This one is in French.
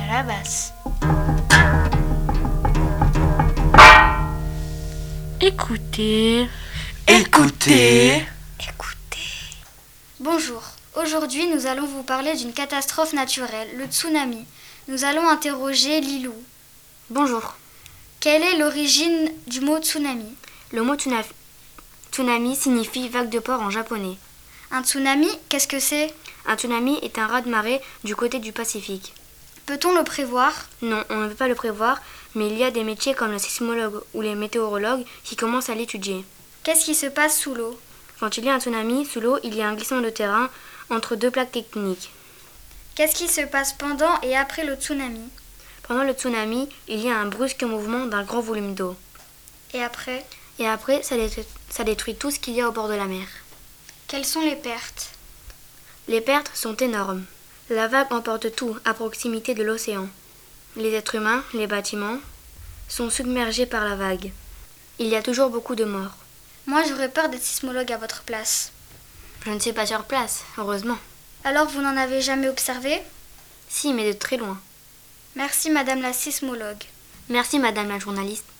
la basse. Écoutez. Écoutez. Bonjour. Aujourd'hui, nous allons vous parler d'une catastrophe naturelle, le tsunami. Nous allons interroger Lilou. Bonjour. Quelle est l'origine du mot tsunami? Le mot tsunami signifie vague de port en japonais. Un tsunami, qu'est-ce que c'est? Un tsunami est un raz-de-marée du côté du Pacifique. Peut-on le prévoir? Non, on ne peut pas le prévoir, mais il y a des métiers comme le sismologue ou les météorologues qui commencent à l'étudier. Qu'est-ce qui se passe sous l'eau? Quand il y a un tsunami, sous l'eau, il y a un glissement de terrain entre deux plaques tectoniques. Qu'est-ce qui se passe pendant et après le tsunami? Pendant le tsunami, il y a un brusque mouvement d'un grand volume d'eau. Et après? Et après, ça détruit tout ce qu'il y a au bord de la mer. Quelles sont les pertes? Les pertes sont énormes. La vague emporte tout à proximité de l'océan. Les êtres humains, les bâtiments, sont submergés par la vague. Il y a toujours beaucoup de morts. Moi, j'aurais peur d'être sismologue à votre place. Je ne suis pas sur place, heureusement. Alors, vous n'en avez jamais observé? Si, mais de très loin. Merci, madame la sismologue. Merci, madame la journaliste.